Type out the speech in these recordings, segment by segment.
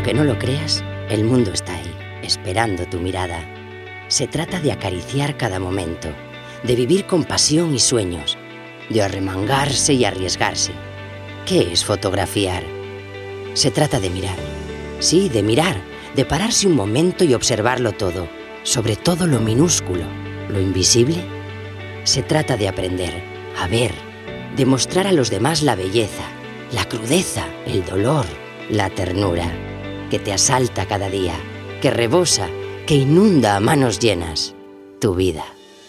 Aunque no lo creas, el mundo está ahí, esperando tu mirada. Se trata de acariciar cada momento, de vivir con pasión y sueños, de arremangarse y arriesgarse. ¿Qué es fotografiar? Se trata de mirar. Sí, de mirar, de pararse un momento y observarlo todo, sobre todo lo minúsculo, lo invisible. Se trata de aprender, a ver, de mostrar a los demás la belleza, la crudeza, el dolor, la ternura, que te asalta cada día, que rebosa, que inunda a manos llenas tu vida.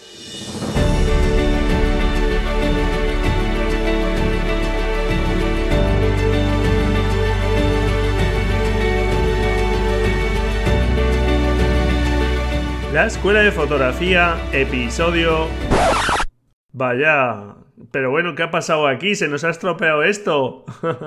La Escuela de Fotografía, episodio... Vaya, pero bueno, ¿qué ha pasado aquí? ¿Se nos ha estropeado esto?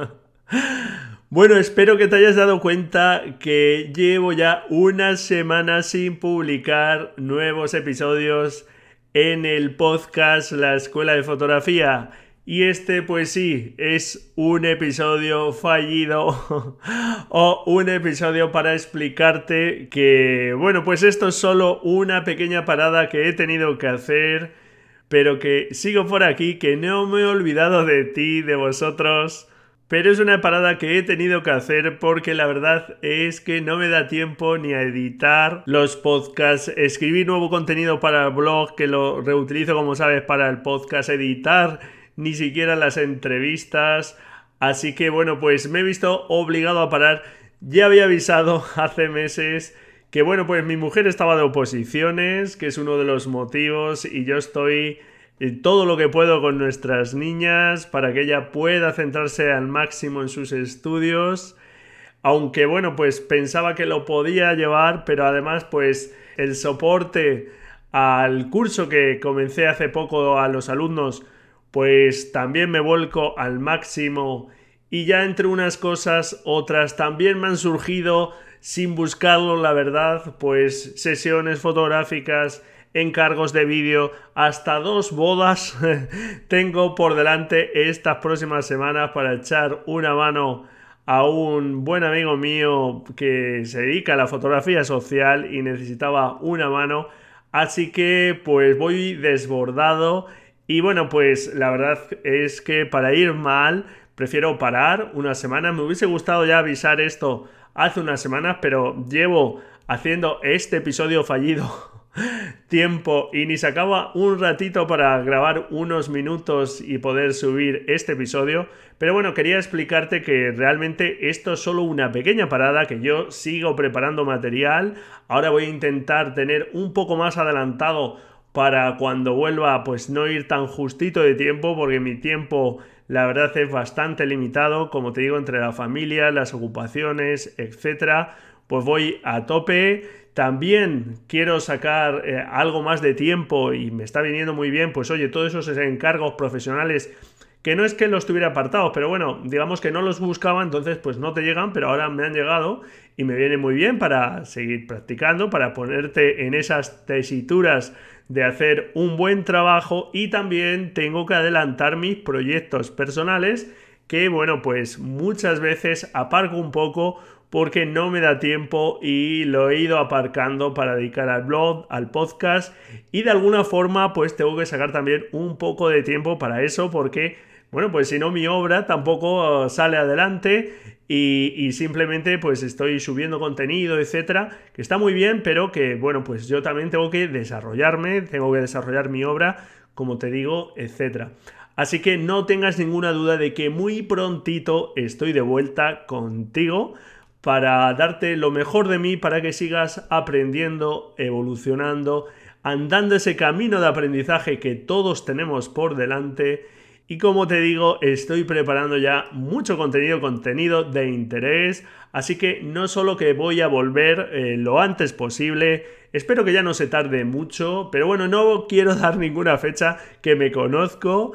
Bueno, espero que te hayas dado cuenta que llevo ya unas semanas sin publicar nuevos episodios en el podcast La Escuela de Fotografía. Y este, pues sí, es un episodio fallido o un episodio para explicarte que, bueno, pues esto es solo una pequeña parada que he tenido que hacer, pero que sigo por aquí, que no me he olvidado de ti, de vosotros. Pero es una parada que he tenido que hacer porque la verdad es que no me da tiempo ni a editar los podcasts, escribir nuevo contenido para el blog, que lo reutilizo, como sabes, para el podcast, editar ni siquiera las entrevistas. Así que bueno, pues me he visto obligado a parar. Ya había avisado hace meses que bueno, pues mi mujer estaba de oposiciones, que es uno de los motivos, y yo estoy todo lo que puedo con nuestras niñas para que ella pueda centrarse al máximo en sus estudios. Aunque bueno, pues pensaba que lo podía llevar, pero además pues el soporte al curso que comencé hace poco a los alumnos, pues también me vuelco al máximo, y ya entre unas cosas otras también me han surgido sin buscarlo, la verdad, pues sesiones fotográficas, encargos de vídeo, hasta 2 bodas tengo por delante estas próximas semanas para echar una mano a un buen amigo mío que se dedica a la fotografía social y necesitaba una mano. Así que pues voy desbordado. Y bueno, pues la verdad es que para ir mal prefiero parar una semana. Me hubiese gustado ya avisar esto hace unas semanas, pero llevo haciendo este episodio fallido tiempo y ni sacaba un ratito para grabar unos minutos y poder subir este episodio. Pero bueno, quería explicarte que realmente esto es solo una pequeña parada, que yo sigo preparando material. Ahora voy a intentar tener un poco más adelantado para cuando vuelva, pues no ir tan justito de tiempo, porque mi tiempo la verdad es bastante limitado, como te digo, entre la familia, las ocupaciones, etcétera, pues voy a tope. También quiero sacar algo más de tiempo y me está viniendo muy bien, pues oye, todos esos encargos profesionales que no es que los tuviera apartados, pero bueno, digamos que no los buscaba, entonces pues no te llegan, pero ahora me han llegado y me viene muy bien para seguir practicando, para ponerte en esas tesituras de hacer un buen trabajo. Y también tengo que adelantar mis proyectos personales, que bueno, pues muchas veces aparco un poco porque no me da tiempo y lo he ido aparcando para dedicar al blog, al podcast, y de alguna forma pues tengo que sacar también un poco de tiempo para eso, porque bueno, pues si no mi obra tampoco sale adelante y simplemente pues estoy subiendo contenido, etcétera, que está muy bien, pero que bueno, pues yo también tengo que desarrollarme, tengo que desarrollar mi obra, como te digo, etcétera. Así que no tengas ninguna duda de que muy prontito estoy de vuelta contigo para darte lo mejor de mí, para que sigas aprendiendo, evolucionando, andando ese camino de aprendizaje que todos tenemos por delante. Y como te digo, estoy preparando ya mucho contenido de interés, así que no solo que voy a volver lo antes posible, espero que ya no se tarde mucho, pero bueno, no quiero dar ninguna fecha, que me conozco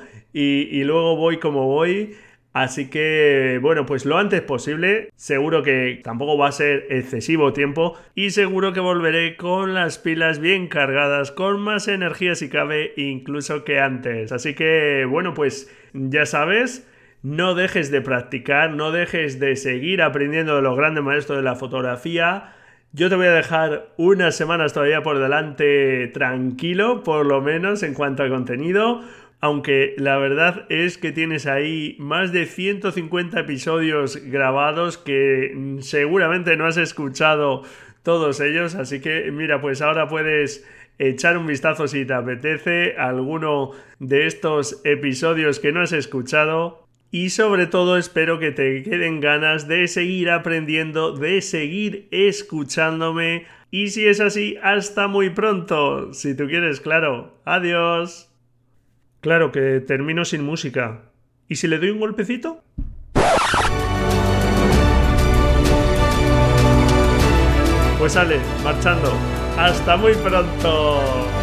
y luego voy como voy. Así que, bueno, pues lo antes posible, seguro que tampoco va a ser excesivo tiempo y seguro que volveré con las pilas bien cargadas, con más energía si cabe, incluso que antes. Así que, bueno, pues ya sabes, no dejes de practicar, no dejes de seguir aprendiendo de los grandes maestros de la fotografía. Yo te voy a dejar unas semanas todavía por delante tranquilo, por lo menos en cuanto a contenido, aunque la verdad es que tienes ahí más de 150 episodios grabados que seguramente no has escuchado todos ellos, así que mira, pues ahora puedes echar un vistazo si te apetece a alguno de estos episodios que no has escuchado. Y sobre todo espero que te queden ganas de seguir aprendiendo, de seguir escuchándome. Y si es así, hasta muy pronto. Si tú quieres, claro. Adiós. Claro que termino sin música. ¿Y si le doy un golpecito? Pues sale, marchando. Hasta muy pronto.